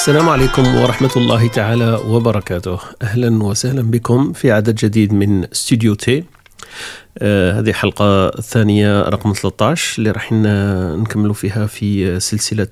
السلام عليكم ورحمة الله تعالى وبركاته. أهلا وسهلا بكم في عدد جديد من استوديو تي. هذه حلقة الثانية رقم 13 اللي راح نكملوا فيها في سلسلة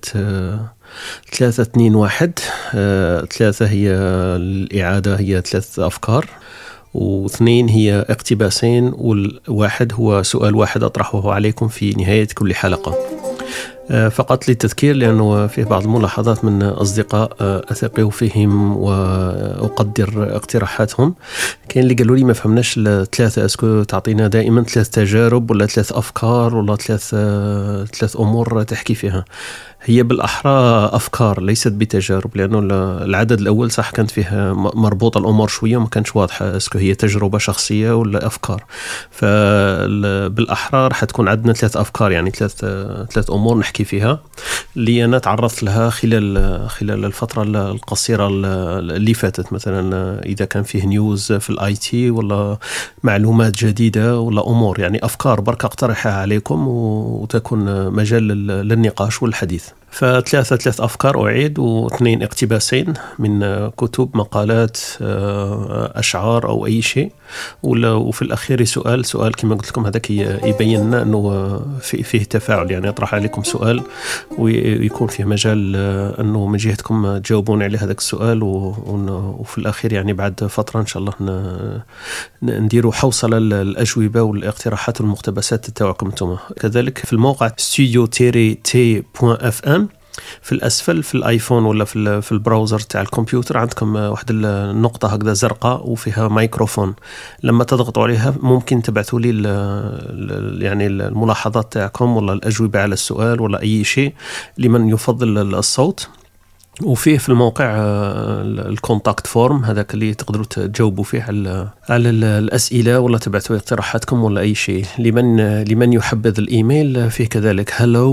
3-2-1. 3 هي الإعادة، هي 3 أفكار، و2 هي اقتباسين، والواحد هو سؤال واحد أطرحه عليكم في نهاية كل حلقة. فقط للتذكير، لأنه فيه بعض الملاحظات من أصدقاء أثق فيهم وأقدر اقتراحاتهم. كاين اللي قالوا لي ما فهمناش الثلاثة، أسكو تعطينا دائما 3 تجارب ولا 3 أفكار ولا 3 أمور تحكي فيها؟ هي بالأحرى أفكار ليست بتجارب، لأنه العدد الأول صح كانت فيه مربوطة الأمور شوية وما كانش واضحة أسكو هي تجربة شخصية ولا أفكار. فبالأحرى راح تكون عندنا 3 أفكار، يعني 3 أمور نحكي فيها اللي أنا تعرضت لها خلال الفترة القصيرة اللي فاتت. مثلا إذا كان فيه نيوز في الآي تي ولا معلومات جديدة ولا أمور، يعني أفكار برك أقترحها عليكم وتكون مجال للنقاش والحديث. ف3 أفكار أعيد، و2 اقتباسين من كتب، مقالات، أشعار أو أي شيء، وفي الأخير سؤال كما قلت لكم. هذاك يبين لنا أنه فيه تفاعل، يعني أطرح عليكم سؤال ويكون فيه مجال أنه من جهتكم تجاوبون على هذاك السؤال، وفي الأخير يعني بعد فترة إن شاء الله نديروا حوصلة الأجوبة والاقتراحات والمقتبسات تاعكم انتم. كذلك في الموقع studio-t.fm في الأسفل في الآيفون ولا في البراوزر تاع الكمبيوتر عندكم واحد النقطة هكذا زرقاء وفيها مايكروفون. لما تضغطوا عليها ممكن تبعثوا لي يعني الملاحظات تاعكم ولا الأجوبة على السؤال ولا أي شيء لمن يفضل الصوت. وفيه في الموقع الكونتاكت فورم، هذاك اللي تقدروا تجاوبوا فيه على الأسئلة ولا تبعثوا اقتراحاتكم ولا أي شيء. لمن يحبذ الإيميل فيه كذلك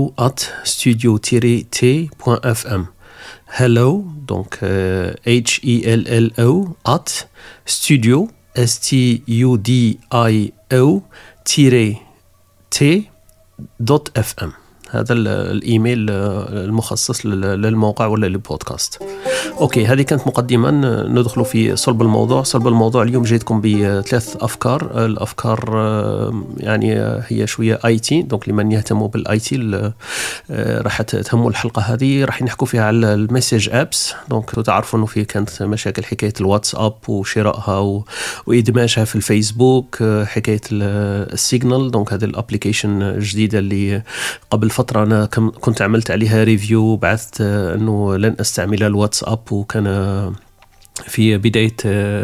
hello@studio-t.fm. hello donc HELLO @studio studio-t.fm. هذا الإيميل المخصص للموقع ولا للبودكاست. أوكي، هذه كانت مقدمة. ندخل في صلب الموضوع. صلب الموضوع اليوم جيتكم ب3 أفكار. الأفكار يعني هي شوية IT، دونك لمن يهتموا بالIT راح تهموا الحلقة هذه. راح نحكوا فيها على المسج أبس. دونك تعرفوا أنه في كانت مشاكل حكاية الواتساب وشرائها وإدماجها في الفيسبوك، حكاية السيجنال. دونك هذه الابليكيشن الجديدة اللي قبل فترة أنا كنت عملت عليها ريفيو وبعثت أنه لن أستعمل الواتساب، وكان في بداية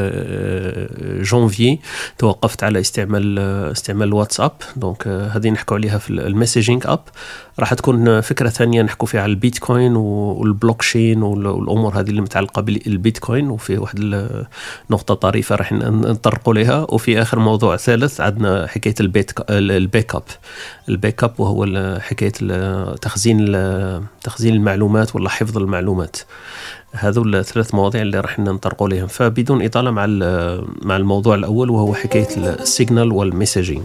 جانفي توقفت على استعمال الواتساب. دونك هذه نحكوا عليها في المسجينج أب. راح تكون فكرة ثانية نحكوا فيها على البيتكوين والبلوكشين والأمور هذه اللي متعلقة بالبيتكوين، وفي واحد نقطة طريفة راح نطرقوا لها. وفي آخر موضوع ثالث عندنا حكاية الباك اب وهو حكاية تخزين المعلومات ولا حفظ المعلومات. هذول 3 مواضيع اللي راح نطرقوا لهم. فبدون إطالة مع الموضوع الأول وهو حكاية السيجنال والمسجينج.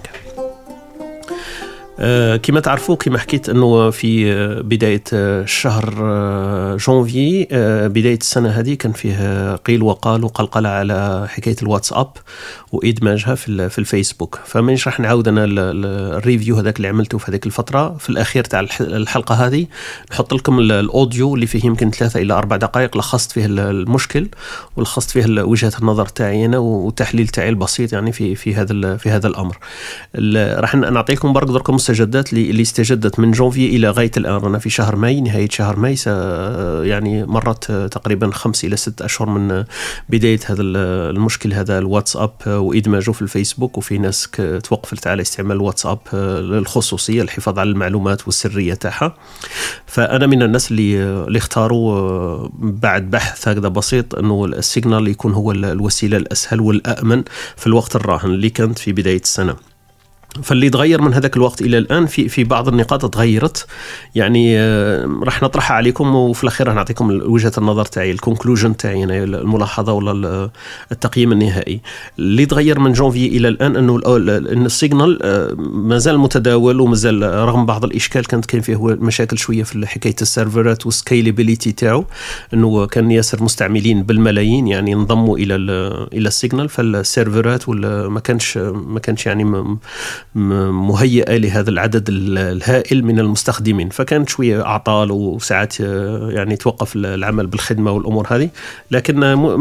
كما تعرفوا، كما حكيت أنه في بداية شهر جانفي بداية السنة هذه كان فيه قيل وقال وقلقلة على حكاية الواتساب وإدماجها في الفيسبوك. فمانيش راح نعاود أنا الريفيو هذاك اللي عملته في هذيك الفترة. في الأخير تاع الحلقة هذه نحط لكم الأوديو اللي فيه يمكن 3 إلى 4 دقائق لخصت فيه المشكل ولخصت فيه وجهة النظر تاعي أنا وتحليل تاعي البسيط يعني في هذا الأمر. راح نعطيكم درك مستجدات اللي استجدت من جانفي إلى غاية الآن. أنا في شهر ماي، نهاية شهر ماي، يعني مرت تقريبا 5 إلى 6 أشهر من بداية هذا المشكل، هذا الواتساب وإدماجه في الفيسبوك. وفي ناس توقفت على استعمال الواتساب للخصوصية، الحفاظ على المعلومات والسرية تاعها. فأنا من الناس اللي اختاروا بعد بحث هكذا بسيط أنه السيجنال يكون هو الوسيلة الأسهل والأأمن في الوقت الراهن اللي كانت في بداية السنة. فاللي تغير من هذاك الوقت الى الان في بعض النقاط تغيرت، يعني راح نطرحها عليكم، وفي الاخير راح نعطيكم وجهه النظر تاعي، الكونكلوجن تاعي، يعني الملاحظه ولا التقييم النهائي. اللي تغير من جونفي الى الان انه السيجنال مازال متداول، ومازال رغم بعض الاشكال كانت كاين فيه مشاكل شويه في حكايه السيرفرات والسكيلابيليتي تاعو، انه كان ياسر مستعملين بالملايين يعني ينضموا الى السيجنال، فالسيرفرات ما كانش يعني مهيئة لهذا العدد الهائل من المستخدمين، فكانت شوية أعطال وساعات يعني توقف العمل بالخدمة والأمور هذه. لكن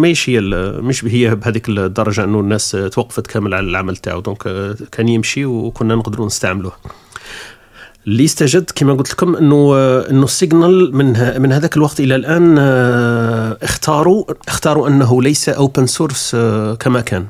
مش هي بهذيك الدرجة أنه الناس توقفت كامل على العمل تاعو، دونك كان يمشي وكنا نقدروا نستعملوه. اللي استجد كما قلت لكم انه السيجنال من هذاك الوقت الى الان اختاروا انه ليس اوبن سورس كما كان،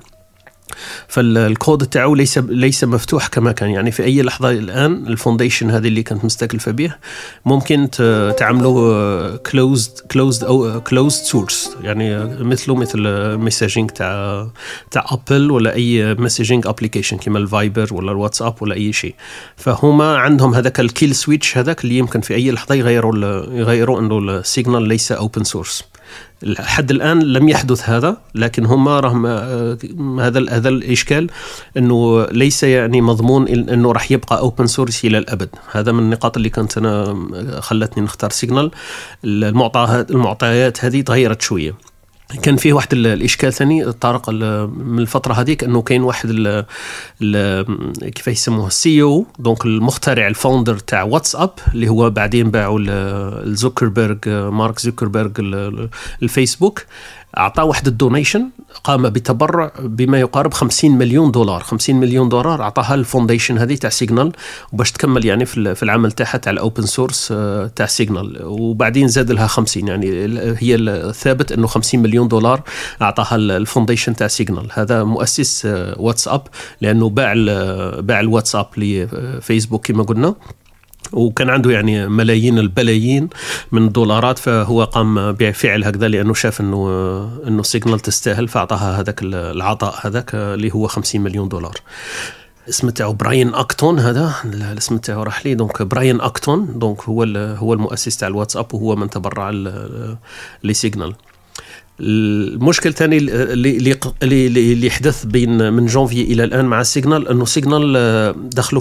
فالكود تاعو ليس مفتوح كما كان. يعني في اي لحظه الان الفونديشن هذه اللي كانت مستكلفه به ممكن تعملوا كلوزد سورس، يعني مثل ميساجينج تاع ابل ولا اي ميساجينج ابليكيشن كما الفايبر ولا الواتساب ولا اي شيء. فهما عندهم هذاك الكيل سويتش هذاك اللي يمكن في اي لحظه يغيروا انه السيجنال ليس اوبن سورس. لحد الآن لم يحدث هذا، لكن هم رغم هذا الإشكال أنه ليس يعني مضمون أنه راح يبقى أوبن سورس إلى الأبد. هذا من النقاط اللي كانت أنا خلتني نختار سيجنال. المعطيات هذه تغيرت شوية. كان فيه واحد الإشكال ثاني طارق من الفترة هذيك، أنه كاين واحد كيف يسموه CEO، دونك المخترع الفاوندر تاع واتساب اللي هو بعدين باعوا مارك زوكربيرغ الفيسبوك، أعطاه واحد الدونيشن، قام بتبرع بما يقارب $50 مليون. $50 مليون أعطاها الفونديشن هذه تاع سيجنال باش تكمل يعني في العمل تاعها تاع الأوبن سورس تاع سيجنال، وبعدين زاد لها 50. يعني هي الثابت أنه $50 مليون أعطاها الفونديشن تاع سيجنال. هذا مؤسس واتساب، لأنه باع الواتساب لفيسبوك كما قلنا، وكان عنده يعني ملايين البلايين من الدولارات، فهو قام بفعل هكذا لأنه شاف أنه سيجنال تستاهل، فأعطاها هذاك العطاء هذاك اللي هو $50 مليون. اسمه تاعو براين أكتون، هذا الاسم تاعو راح لي. دونك براين أكتون دونك هو المؤسس تاع الواتساب، وهو من تبرع لسيجنال. المشكل الثاني اللي حدث من جونفي إلى الآن مع سيجنال، أنه سيجنال دخلوا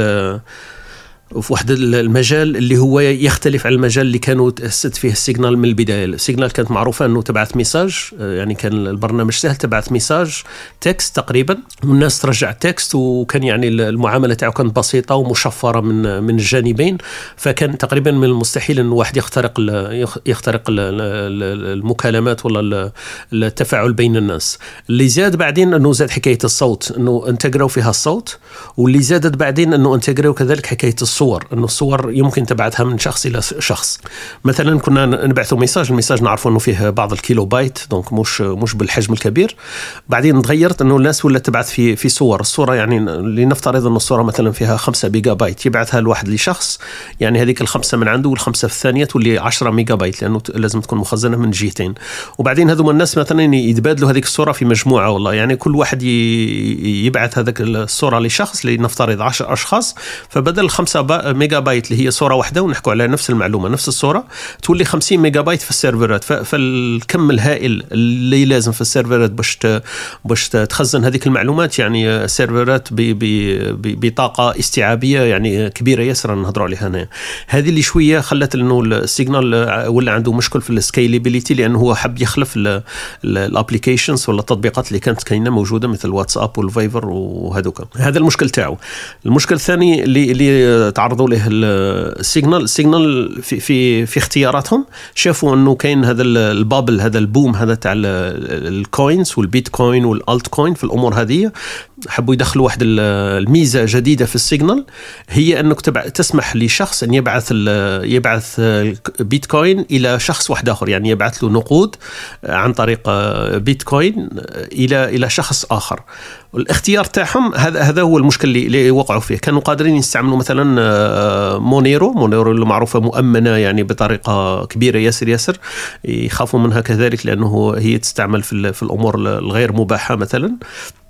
في واحد المجال اللي هو يختلف عن المجال اللي كانوا تأسست فيه السيجنال من البداية. السيجنال كانت معروفة أنه تبعث ميساج، يعني كان البرنامج سهل، تبعث ميساج تكست تقريبا والناس ترجع تكست، وكان يعني المعاملة تاعو كانت بسيطة ومشفرة من الجانبين، فكان تقريبا من المستحيل أنه واحد يخترق المكالمات ولا التفاعل بين الناس. اللي زاد بعدين أنه زاد حكاية الصوت، أنه انتجروا فيها الصوت، واللي زادت بعدين أنه انتجروا كذلك حكاية الصور، أنه الصور يمكن تبعثها من شخص إلى شخص. مثلا كنا نبعثوا الميساج نعرفوا أنه فيه بعض الكيلو بايت، دونك مش بالحجم الكبير. بعدين تغيرت أنه الناس ولا تبعث في صور. الصورة يعني لنفترض أن الصورة مثلا فيها 5 ميجا بايت، يبعثها الواحد لشخص، يعني هذيك 5 من عنده وال5 في الثانية تولي 10 ميجا بايت، لأنه لازم تكون مخزنة من جهتين. وبعدين هذوما الناس مثلا يتبادلوا هذيك الصورة في مجموعة، والله يعني كل واحد يبعث هذاك الصورة لشخص، لنفترض 10 أشخاص، فبدل 5 ميجا بايت اللي هي صورة واحدة ونحكوا على نفس المعلومة نفس الصورة، تولي 50 ميجا بايت في السيرفرات. فالكم الهائل اللي لازم في السيرفرات باش تخزن هذيك المعلومات، يعني سيرفرات بطاقة استيعابية يعني كبيرة ياسر نهضروا عليها هنا. هذه اللي شوية خلت انه السيجنال ولا عنده مشكل في السكيلابيليتي، لانه هو حب يخلف الابليكيشنز ولا التطبيقات اللي كانت كاينه موجوده مثل الواتساب والفايبر وهذوك. هذا المشكل تاعو. المشكل الثاني اللي تعرضوا له السيجنال في اختياراتهم، شافوا انه كاين هذا البابل، هذا البوم هذا تاع الكوينز والبيتكوين والالت كوين. في الامور هذه حبوا يدخلوا واحد الميزه جديده في السيجنال، هي انك تسمح لشخص ان يبعث بيتكوين الى شخص واحد اخر، يعني يبعث له نقود عن طريق بيتكوين الى شخص اخر. الاختيار تاعهم هذا هو المشكل اللي وقعوا فيه. كانوا قادرين يستعملوا مثلا مونيرو اللي معروفه مؤمنه يعني بطريقه كبيره ياسر، يخافوا منها كذلك لانه هي تستعمل في الامور الغير مباحه مثلا.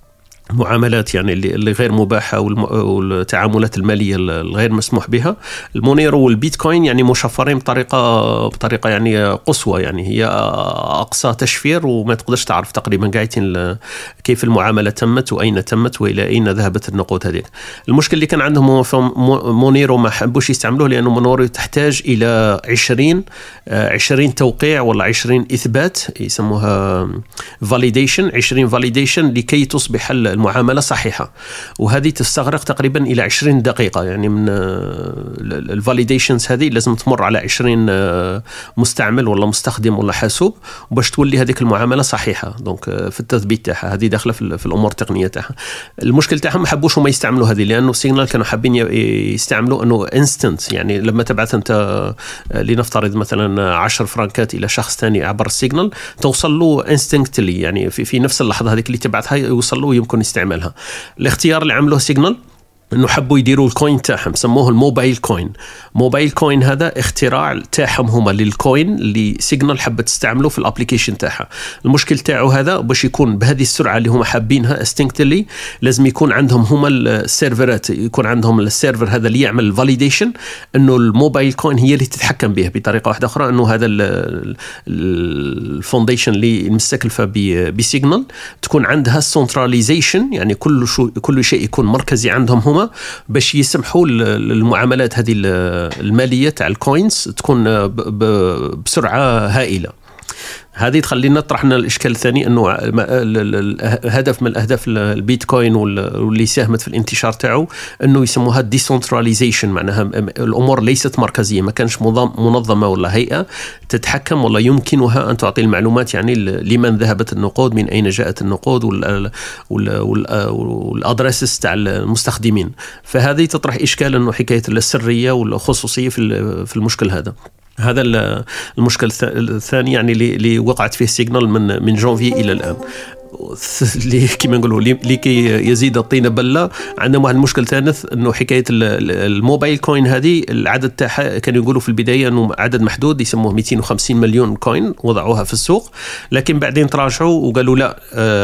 معاملات يعني اللي غير مباحة والتعاملات المالية الغير مسموح بها. المونيرو والبيتكوين يعني مشفرين بطريقة يعني قصوى، يعني هي أقصى تشفير وما تقدرش تعرف تقريبا قاعدين كيف المعاملة تمت وأين تمت وإلى أين ذهبت النقود هذه. المشكلة اللي كان عندهم مونيرو ما حبوش يستعملوه لأنه مونيرو تحتاج إلى 20 توقيع ولا 20 إثبات، يسموها validation، 20 validation لكي تصبح المعاملة صحيحة، وهذه تستغرق تقريبا إلى 20 دقيقة. يعني من الفاليديشنز هذه لازم تمر على 20 مستعمل ولا مستخدم ولا حاسوب باش تولي هذيك المعاملة صحيحة. دونك في التثبيت تاعها هذه داخلة في الأمور التقنية تاعها. المشكل تاعهم ما حبوش ما يستعملوا هذه، لأنه سيجنال كانوا حابين يستعملوا أنه instant، يعني لما تبعث أنت لنفترض مثلا 10 فرنكات إلى شخص ثاني عبر السيجنال توصل له instantly، يعني في نفس اللحظة هذيك اللي تبعثها يوصل له يمكن يستعملها. الاختيار اللي عملوه سيجنال انه حبوا يديروا الكوين تاعهم، سموه الموبايل كوين. موبايل كوين هذا اختراع تاعهم هما للكوين اللي سيجنال حبت تستعمله في الابليكيشن تاعها. المشكل تاعو هذا باش يكون بهذه السرعه اللي هما حابينها استنكتلي لازم يكون عندهم هما السيرفرات، يكون عندهم السيرفر هذا اللي يعمل الفاليديشن انه الموبايل كوين هي اللي تتحكم به. بطريقه واحده اخرى انه هذا الفونديشن اللي مستكلفه بسيجنال تكون عندها سنتراليزيشن، يعني كل شيء يكون مركزي عندهم هما باش يسمحوا المعاملات هذه المالية تاع الكوينز تكون بسرعة هائلة. هذه تخلينا طرحنا الإشكال الثاني أنه هدف من الأهداف البيتكوين واللي ساهمت في الانتشار تاعو أنه يسموها ديسنتراليزيشن، معناها الأمور ليست مركزية، ما كانش منظمة ولا هيئة تتحكم ولا يمكنها أن تعطي المعلومات يعني لمن ذهبت النقود، من أين جاءت النقود والأدريسز تاع المستخدمين. فهذه تطرح إشكال أنه حكاية السرية والخصوصية في المشكل هذا المشكل الثاني يعني اللي وقعت فيه سيجنال من جانفي إلى الآن. كما نقولوا لكي يزيد الطين بلة عندنا واحد المشكل ثالث انه حكايه الموبايل كوين هذه العدد تاعها كانوا يقولوا في البدايه انه عدد محدود يسموه 250 مليون كوين وضعوها في السوق، لكن بعدين تراجعوا وقالوا لا،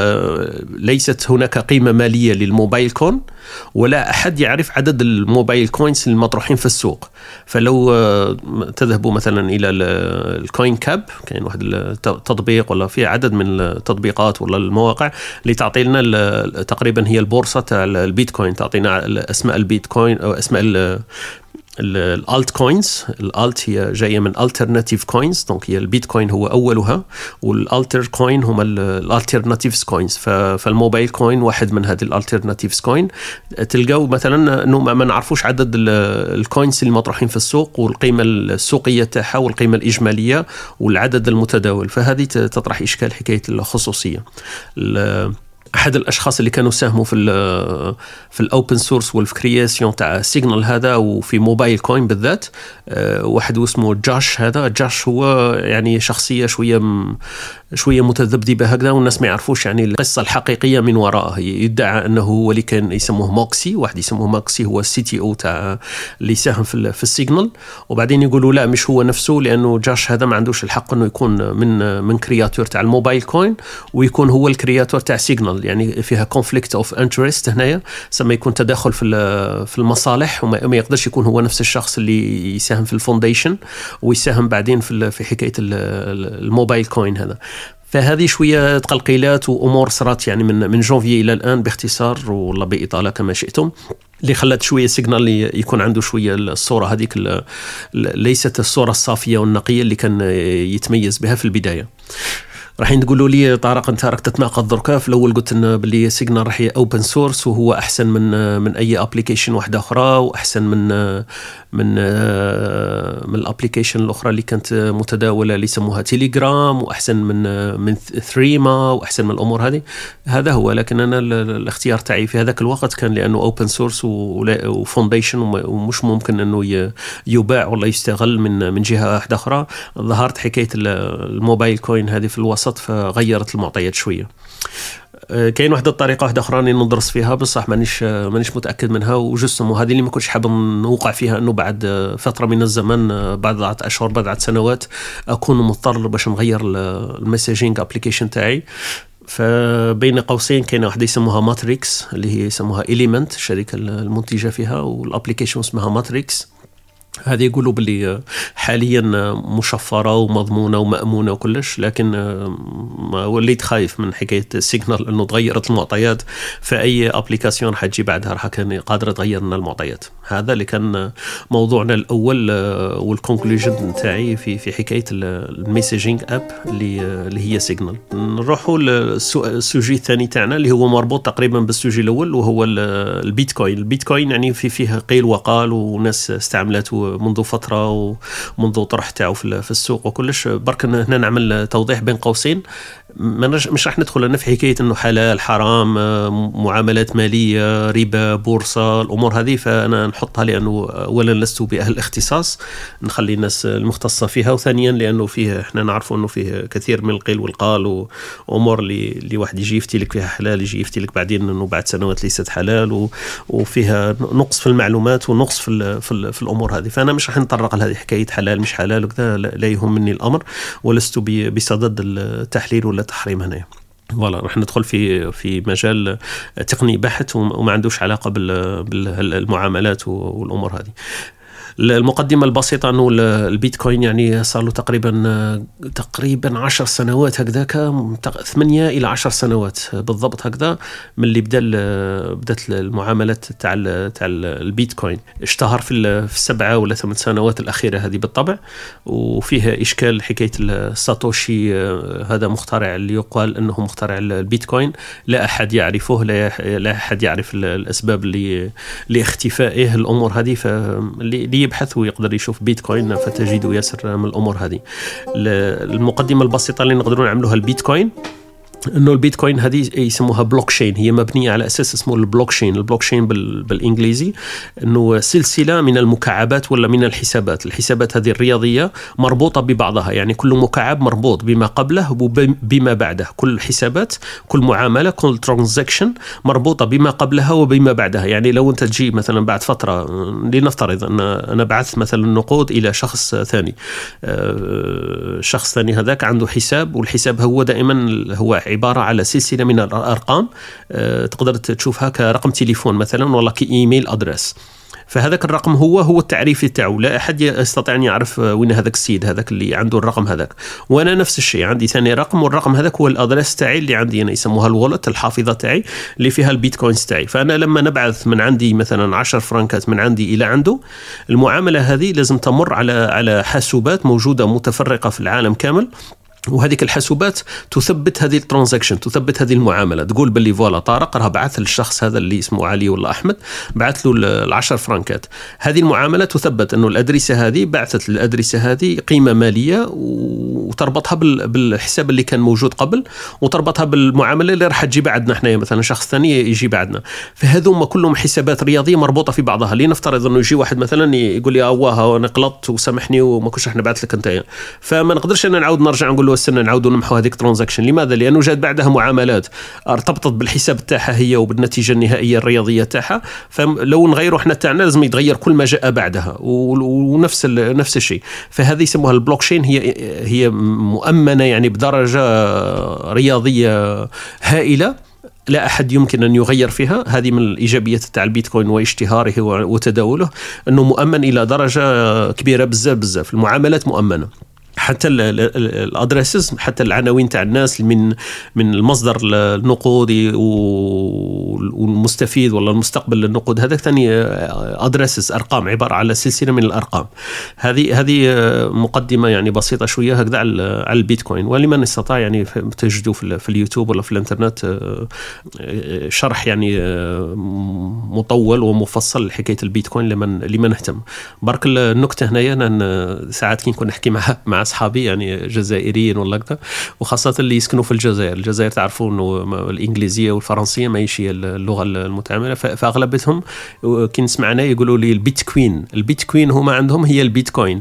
ليست هناك قيمه ماليه للموبايل كوين ولا احد يعرف عدد الموبايل كوينز المطروحين في السوق. فلو تذهبوا مثلا الى الكوين كاب، كاين واحد التطبيق ولا في عدد من التطبيقات ولا المواقع اللي تعطي لنا تقريبا هي البورصة تاع البيتكوين، تعطينا اسماء البيتكوين او اسماء الالت كوينز. الالت هي جايه من الترناتيف كوينز، دونك هي البيتكوين هو اولها والالتر كوين هما الالترناتيفز كوينز. فالموبايل كوين واحد من هذه الالترناتيفز كوين. تلقاو مثلا انه ما نعرفوش عدد الكوينز اللي مطروحين في السوق والقيمه السوقيه تاعها والقيمه الاجماليه والعدد المتداول، فهذه تطرح اشكال حكايه الخصوصيه. احد الاشخاص اللي كانوا ساهموا في الاوبن سورس والكرياسيون تاع سيجنال هذا وفي موبايل كوين بالذات، واحد اسمه جاش. هذا جاش هو يعني شخصيه شويه متذبذبه هكذا، والناس ما يعرفوش يعني القصه الحقيقيه من وراءه. يدعى انه هو اللي كان يسموه موكسي، واحد يسموه موكسي هو السي تي او تاع اللي ساهم في السيجنال، وبعدين يقولوا لا مش هو نفسه، لانه جاش هذا ما عندوش الحق انه يكون من كرياتور تاع الموبايل كوين ويكون هو الكرياتور تاع سيجنال. يعني فيها كونفليكت اوف انترست هنايا، سما يكون تداخل في المصالح، وما يقدرش يكون هو نفس الشخص اللي يساهم في الفونديشن ويساهم بعدين في حكايه الموبايل كوين هذا. فهذه شويه تقلقيلات وامور صارت يعني من جانفي الى الان باختصار والله باطاله كما شئتم، اللي خلت شويه سيجنال يكون عنده شويه الصوره هذيك ليست الصوره الصافيه والنقيه اللي كان يتميز بها في البدايه. راح تقولوا لي طارق انت راك تتناقض دركا. في الاول قلت ان باللي سيجنال راح اوبن سورس وهو احسن من اي ابليكيشن واحده اخرى، واحسن من الابليكيشن الاخرى اللي كانت متداوله اللي يسموها تيليجرام، واحسن من ثريما، واحسن من الامور هذه. هذا هو، لكن انا الاختيار تاعي في هذاك الوقت كان لانه اوبن سورس وفونديشن ومش ممكن انه يباع ولا يستغل من جهه واحده اخرى. ظهرت حكايه الموبايل كوين هذه في الوسط فغيرت المعطيات شويه. كاين واحدة الطريقة واحدة أخرى ندرس فيها بصح مانيش متأكد منها وجسم، وهذه اللي ما كنتش حاب نوقع فيها، أنه بعد فترة من الزمن بعد 10 أشهر بعد 10 سنوات أكون مضطر باش نغير المساجينج أبليكيشن تاعي. فبين قوسين كاينه واحده يسموها ماتريكس اللي هي يسموها إليمنت الشركه المنتجه فيها، والابليكيشن اسمها ماتريكس. هذه يقولوا باللي حاليا مشفرة ومضمونة ومأمونة وكلش، لكن وليت خايف من حكاية سيجنال انه تغيرت المعطيات، فأي ابليكاسيون حتجي بعدها راح كان قادرة تغير لنا المعطيات. هذا اللي كان موضوعنا الأول والكونكلوجن تاعي في حكاية الميساجينج اب اللي هي سيجنال. نروحوا للسوجي الثاني تاعنا اللي هو مربوط تقريبا بالسوجي الأول، وهو البيتكوين. البيتكوين يعني فيه قيل وقال، وناس استعملته منذ فترة ومنذ طرح تاعه في السوق وكلش. برك هنا نعمل توضيح بين قوسين، مش راح ندخل لنا في حكاية انه حلال حرام، معاملات مالية، ربا، بورصة، الامور هذه فانا نحطها لانه اولا لست باهل الاختصاص، نخلي الناس المختصة فيها، وثانيا لانه فيه احنا نعرفوا انه فيه كثير من القيل والقال وامور اللي واحد يجي يفتي لك فيها حلال، يجي يفتي لك بعدين انه بعد سنوات ليست حلال، وفيها نقص في المعلومات ونقص في الامور هذه. فانا مش راح نتطرق لهذه حكاية حلال مش حلال وكذا، لا يهمني الامر، ولست بصدد التحليل ولا تحريم هنا. والله راح ندخل في مجال تقني بحت وما عندوش علاقة بالمعاملات والأمور هذه. المقدمة البسيطة أنه البيتكوين يعني صار له تقريبا 10 سنوات هكذاك، 8 إلى 10 سنوات بالضبط هكذا من اللي بدأت المعاملات تاع البيتكوين. اشتهر في 7 ولا 8 سنوات الأخيرة هذه بالطبع، وفيها إشكال حكاية الساتوشي، هذا مخترع اللي يقال أنه مخترع البيتكوين، لا أحد يعرفه، لا أحد يعرف الأسباب لاختفائه الأمور هذه. فاللي يبحث ويقدر يشوف بيتكوين فتجد ياسر من الأمور هذه. المقدمة البسيطة اللي نقدرون نعملوها البيتكوين، انه البيتكوين هذه يسموها بلوكشين، هي مبنيه على اساس اسمه البلوكشين بالانجليزي، انه سلسله من المكعبات ولا من الحسابات هذه الرياضيه مربوطه ببعضها، يعني كل مكعب مربوط بما قبله وبما بعده، كل حسابات، كل معامله، كل ترانزاكشن مربوطه بما قبلها وبما بعدها. يعني لو انت تجي مثلا بعد فتره، لنفترض ان انا بعثت مثلا نقود الى شخص ثاني، الشخص الثاني هذاك عنده حساب، والحساب هو دائما هو عبارة على سلسلة من الأرقام، تقدر تشوفها كرقم تليفون مثلا ولا كإيميل أدرس. فهذاك الرقم هو التعريف تاعو، لا أحد يستطيع أن يعرف وين هذاك السيد هذاك اللي عنده الرقم هذاك. وأنا نفس الشيء عندي ثاني رقم، والرقم هذاك هو الأدرس تاعي اللي عندي أنا، يسموها الوالت، الحافظة تاعي اللي فيها البيتكوينز تاعي. فأنا لما نبعث من عندي مثلا 10 فرنكات من عندي إلى عنده، المعاملة هذه لازم تمر على حاسوبات موجودة متفرقة في العالم كامل، وهذيك الحاسوبات تثبت هذه الترانزاكشن، تثبت هذه المعامله، تقول باللي فوالا طارق راه بعث للشخص هذا اللي اسمه علي ولا احمد، بعث له ال10 فرنكات. هذه المعامله تثبت انه الادريسه هذه بعثت للادريسه هذه قيمه ماليه، وتربطها بالحساب اللي كان موجود قبل، وتربطها بالمعامله اللي راح تجي بعدنا احنا، مثلا شخص ثاني يجي بعدنا. فهذوما كلهم حسابات رياضيه مربوطه في بعضها. لنفترض انه يجي واحد مثلا يقول لي انا غلطت وسامحني وما كنتش احنا بعث لك انت، فما نقدرش انا نعاود نرجع نقول له استنى نعاودوا نمحوا هذيك ترانزاكشن. لماذا؟ لانه جات بعدها معاملات ارتبطت بالحساب تاعها هي وبالنتيجه النهائيه الرياضيه تاعها. فلو نغيروا احنا تاعنا لازم يتغير كل ما جاء بعدها، ونفس الشيء. فهذه يسموها البلوكشين، هي مؤمنه يعني بدرجه رياضيه هائله، لا أحد يمكن أن يغير فيها. هذه من الإيجابيات تاع البيتكوين واشتهاره وتداوله، أنه مؤمن إلى درجة كبيرة بزاف. المعاملات مؤمنة، حتى الادريسز، حتى العناوين تاع الناس من المصدر النقودي والمستفيد ولا المستقبل للنقود، هذا ثاني ادريسز، ارقام، عباره على سلسله من الارقام. هذه مقدمه يعني بسيطه شويه هكذا على البيتكوين. ولمن استطاع يعني تجدوا في اليوتيوب ولا في الانترنت شرح يعني مطول ومفصل لحكايه البيتكوين لمن اهتم. برك النكته هنايا، انا ساعات كي نكون نحكي مع اصحابي يعني جزائريين ولا كذا، وخاصه اللي يسكنوا في الجزائر تعرفوا انه الانجليزيه والفرنسيه ماهيش هي اللغه المتعامله، فاغلبتهم كي نسمعنا يقولوا لي البيتكوين هما عندهم هي البيتكوين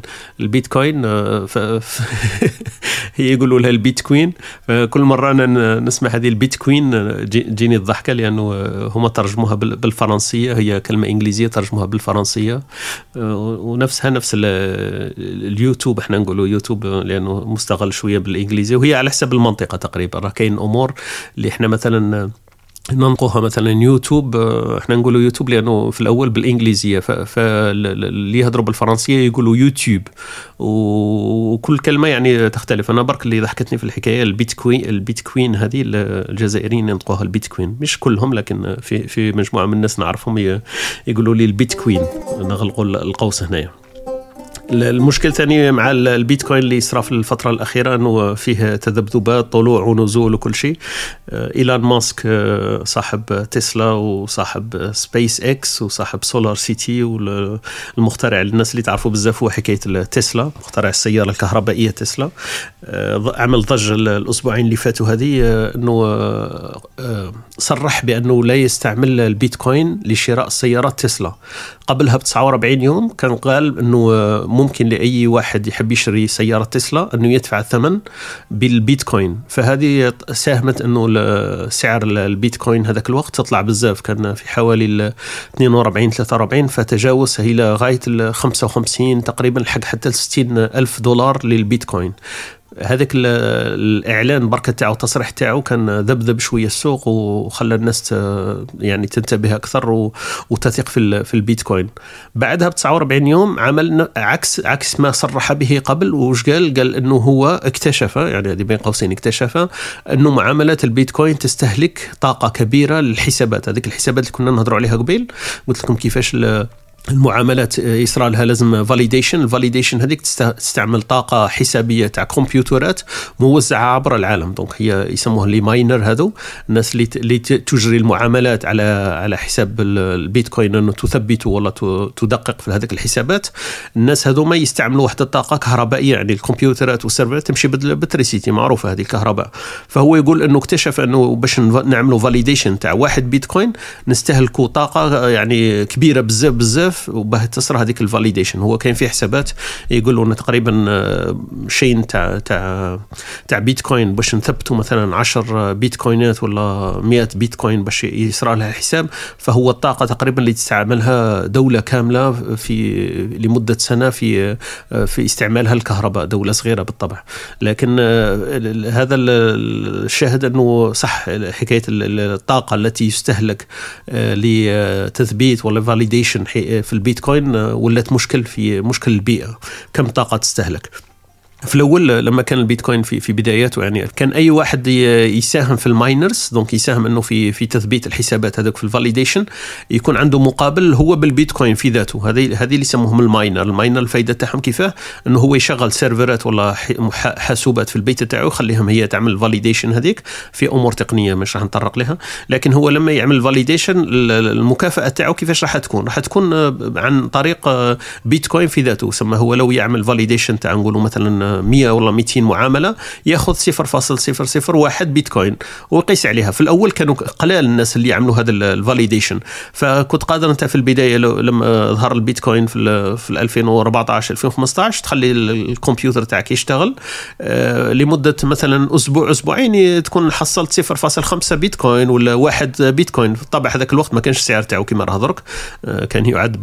هي يقولوا لها البيتكوين. كل مره انا نسمع هذه البيتكوين جيني الضحكه، لانه هما ترجموها بالفرنسيه، هي كلمه انجليزيه ترجموها بالفرنسيه، ونفس اليوتيوب، احنا نقولوا يوتيوب اليوتيوب لانه مستغل شويه بالانجليزي، وهي على حسب المنطقه تقريبا. راه كاين امور اللي احنا مثلا ننطقها مثلا يوتيوب، احنا نقولوا يوتيوب لانه في الاول بالانجليزيه، فاللي يهضروا بالفرنسيه يقولوا يوتيوب، وكل كلمه يعني تختلف. انا برك اللي ضحكتني في الحكايه البيتكوين هذه الجزائريين ينطقوها البيتكوين، مش كلهم لكن في مجموعه من الناس نعرفهم يقولوا لي البيتكوين، نغلقوا القوس هنايا. المشكل ثاني مع البيتكوين اللي صار في الفترة الأخيرة أنه فيه تذبذبات، طلوع ونزول وكل شيء. إيلون ماسك صاحب تسلا وصاحب سبيس إكس وصاحب سولار سيتي، والمخترع الناس اللي تعرفوا بزاف هو حكاية تسلا، مخترع السيارة الكهربائية تسلا. عمل ضجة الأسبوعين اللي فاتوا هذه أنه صرح بأنه لا يستعمل البيتكوين لشراء سيارات تسلا. قبلها ب49 يوم كان قال أنه ممكن لأي واحد يحب يشتري سيارة تسلا أنه يدفع الثمن بالبيتكوين. فهذه ساهمت أنه سعر البيتكوين هذاك الوقت تطلع بزاف، كان في حوالي 42-43، فتجاوز إلى غاية 55 تقريبا، لحق حتى 60 ألف دولار للبيتكوين. هذاك الإعلان بركة تاعو، تصريح تاعو كان ذبذب شوية السوق وخلى الناس يعني تنتبه أكثر وتثق في البيتكوين. بعدها ب49 يوم عمل عكس ما صرح به قبل. وش قال أنه هو اكتشف، يعني هذه بين قوسين اكتشف، أنه معاملات البيتكوين تستهلك طاقة كبيرة للحسابات. هذيك الحسابات اللي كنا نهضروا عليها قبل، قلت لكم كيفاش المعاملات يصرى لها لازم فاليديشن. الفاليديشن هذيك تستعمل طاقة حسابية تاع كمبيوترات موزعة عبر العالم. دونك هي يسموها لي ماينر، هذو الناس اللي تجري المعاملات على حساب البيتكوين، انه تثبت ولا تدقق في هذيك الحسابات. الناس هذو ما يستعملوا واحدة طاقة كهربائية، يعني الكمبيوترات والسيرفرات تمشي بالتريسيتي، معروفة هذه الكهرباء. فهو يقول انه اكتشف انه باش نعملوا فاليديشن تاع واحد بيتكوين نستهلكوا طاقة يعني كبيرة بزاف وباه تصرى هذيك الفاليديشن. هو كان في حسابات يقولوا انه تقريبا شين تاع بيتكوين باش نثبتوا مثلا 10 بيتكوينات ولا 100 بيتكوين باش يصرى لها الحساب، فهو الطاقه تقريبا اللي تستعملها دوله كامله لمده سنه في استعمالها الكهرباء، دوله صغيره بالطبع. لكن هذا الشاهد انه صح حكايه الطاقه التي يستهلك لتثبيت ولا فاليديشن في البيتكوين ولات مشكل البيئة، كم طاقة تستهلك. في الأول لما كان البيتكوين في بداياته، يعني كان أي واحد يساهم في الماينرز، دونك يساهم أنه في تثبيت الحسابات هذوك في الفاليديشن، يكون عنده مقابل هو بالبيتكوين في ذاته. هذه اللي يسموهم الماينر الفايدة تاعهم كيفاه؟ أنه هو يشغل سيرفرات ولا حاسوبات في البيت تاعه، يخليهم هي تعمل الفاليديشن هذيك في أمور تقنية مش راح نطرق لها. لكن هو لما يعمل الفاليديشن المكافأة تاعه كيفاش راح تكون عن طريق بيتكوين في ذاته. سما هو لو يعمل فاليديشن تاع نقوله مثلا 100 ولا 200 معاملة، ياخذ 0.001 بيتكوين ويقيس عليها. في الأول كانوا قلال الناس اللي يعملوا هذا الفاليديشن، فكنت قادر أنت في البداية لما ظهر البيتكوين في 2014-2015 تخلي الكمبيوتر تاعك يشتغل لمدة مثلا أسبوعين تكون حصلت 0.5 بيتكوين ولا 1 بيتكوين. طبعا هذاك الوقت ما كانش السعر تاعه كما راه درك، كان يعد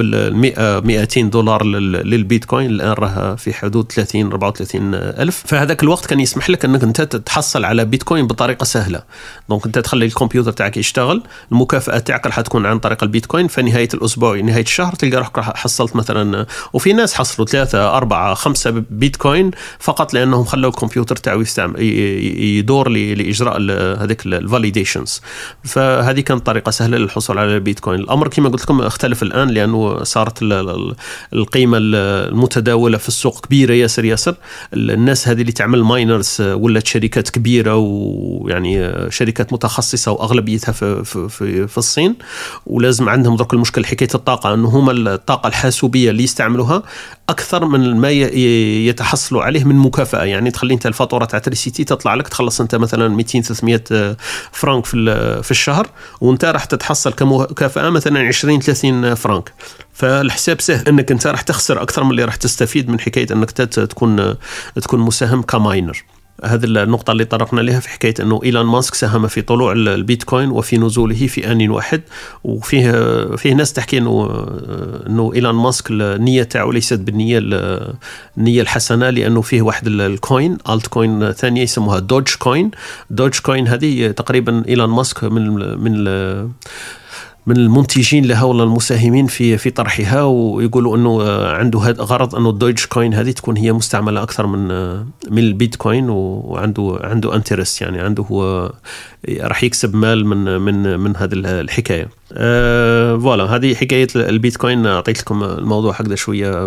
$200 للبيتكوين. الآن راه في حدود 30-34 ألف. فهذاك الوقت كان يسمح لك أنك أنت تتحصل على بيتكوين بطريقة سهلة. دونك أنت تخلي الكمبيوتر تاعك يشتغل، المكافأة تاعك راح تكون عن طريق البيتكوين. في نهاية الأسبوع نهاية الشهر تلقى روحك راح حصلت مثلا، وفي ناس حصلوا 3 4 5 بيتكوين فقط لأنهم خلوا الكمبيوتر تاعه يدور لإجراء هذيك الفاليديشنز. فهذه كانت طريقة سهلة للحصول على البيتكوين. الأمر كما قلت لكم اختلف الآن لأنه صارت القيمة المتداولة في السوق كبيرة ياسر. الناس هذه اللي تعمل ماينرز ولات شركات كبيرة، ويعني شركات متخصصة وأغلبيتها في الصين، ولازم عندهم ذلك المشكل حكاية الطاقة، أنه هم الطاقة الحاسوبية اللي يستعملوا أكثر من ما يتحصلوا عليه من مكافأة. يعني تخلي أنت الفاتورة تاع تريسيتي تطلع لك تخلص أنت مثلا 200-300 فرنك في الشهر، وأنت راح تتحصل كمكافأة مثلا 20-30 فرنك. فالحساب سهل أنك أنت راح تخسر أكثر من اللي راح تستفيد من حكاية أنك تكون مساهم كماينر. هذه النقطة اللي طرقنا لها في حكاية أنه إيلون ماسك ساهم في طلوع البيتكوين وفي نزوله في آن واحد. وفيه ناس تحكي أنه إيلون ماسك النية تاعو ليست بالنية النية الحسنة، لأنه فيه واحد الكوين الت كوين ثانية يسموها دوج كوين. هذه تقريبا إيلون ماسك من المنتجين لها ولا المساهمين في طرحها، ويقولوا انه عنده غرض انه الدوج كوين هذه تكون هي مستعمله اكثر من البيتكوين، وعنده انترست، يعني عنده هو راح يكسب مال من هذه الحكايه. فوالا هذه حكايه البيتكوين. اعطيت لكم الموضوع هكذا شويه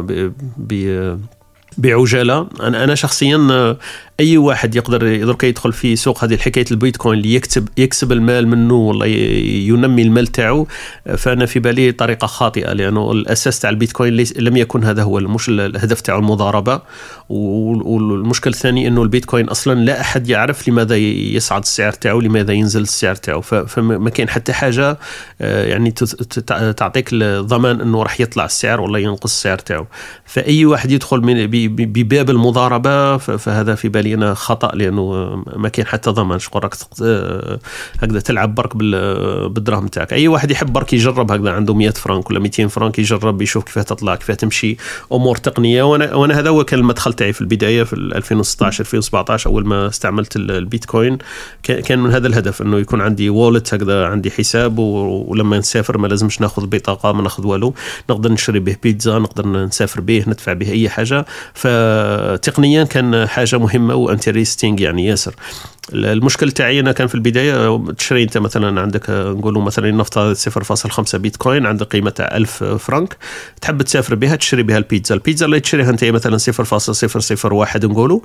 بعجاله. انا شخصيا اي واحد يقدر يدخل في سوق هذه الحكايه البيتكوين اللي يكسب المال منه ولا ينمي المال تاعو، فانا في بالي طريقه خاطئه، لانه الاساس تاع البيتكوين لم يكن هذا هو مش الهدف تاعو المضاربه. والمشكل الثاني انه البيتكوين اصلا لا احد يعرف لماذا يصعد السعر تاعو، لماذا ينزل السعر تاعو، فما كاين حتى حاجه يعني تعطيك الضمان انه راح يطلع السعر ولا ينقص السعر تاعو. فاي واحد يدخل بباب المضاربه فهذا في بالي أنا خطأ، لأنه ما كان حتى ضمان. شكون راك هكذا تلعب برك بالدراهم تاعك. أي واحد يحب برك يجرب هكذا، عنده 100 فرنك ولا 200 فرنك، يجرب يشوف كيف تطلع، كيف تمشي أمور تقنية. وأنا هذا هو كان المدخل تاعي في البداية في 2016 2017 أول ما استعملت البيتكوين. كان من هذا الهدف أنه يكون عندي وولت هكذا، عندي حساب، ولما نسافر ما لازمش ناخذ بطاقة، ما ناخذ والو، نقدر نشري به بيتزا، نقدر نسافر به، ندفع به أي حاجة. فتقنيا كان حاجة مهمة وانتريستينج يعني ياسر. المشكل تاعي أنا كان في البداية تشري أنت مثلا عندك نقولوا مثلا نفترض 0.5 بيتكوين عندك قيمتها 1000 فرنك، تحب تسافر بها تشري بها البيتزا اللي تشريها أنت مثلا 0.001 نقولوا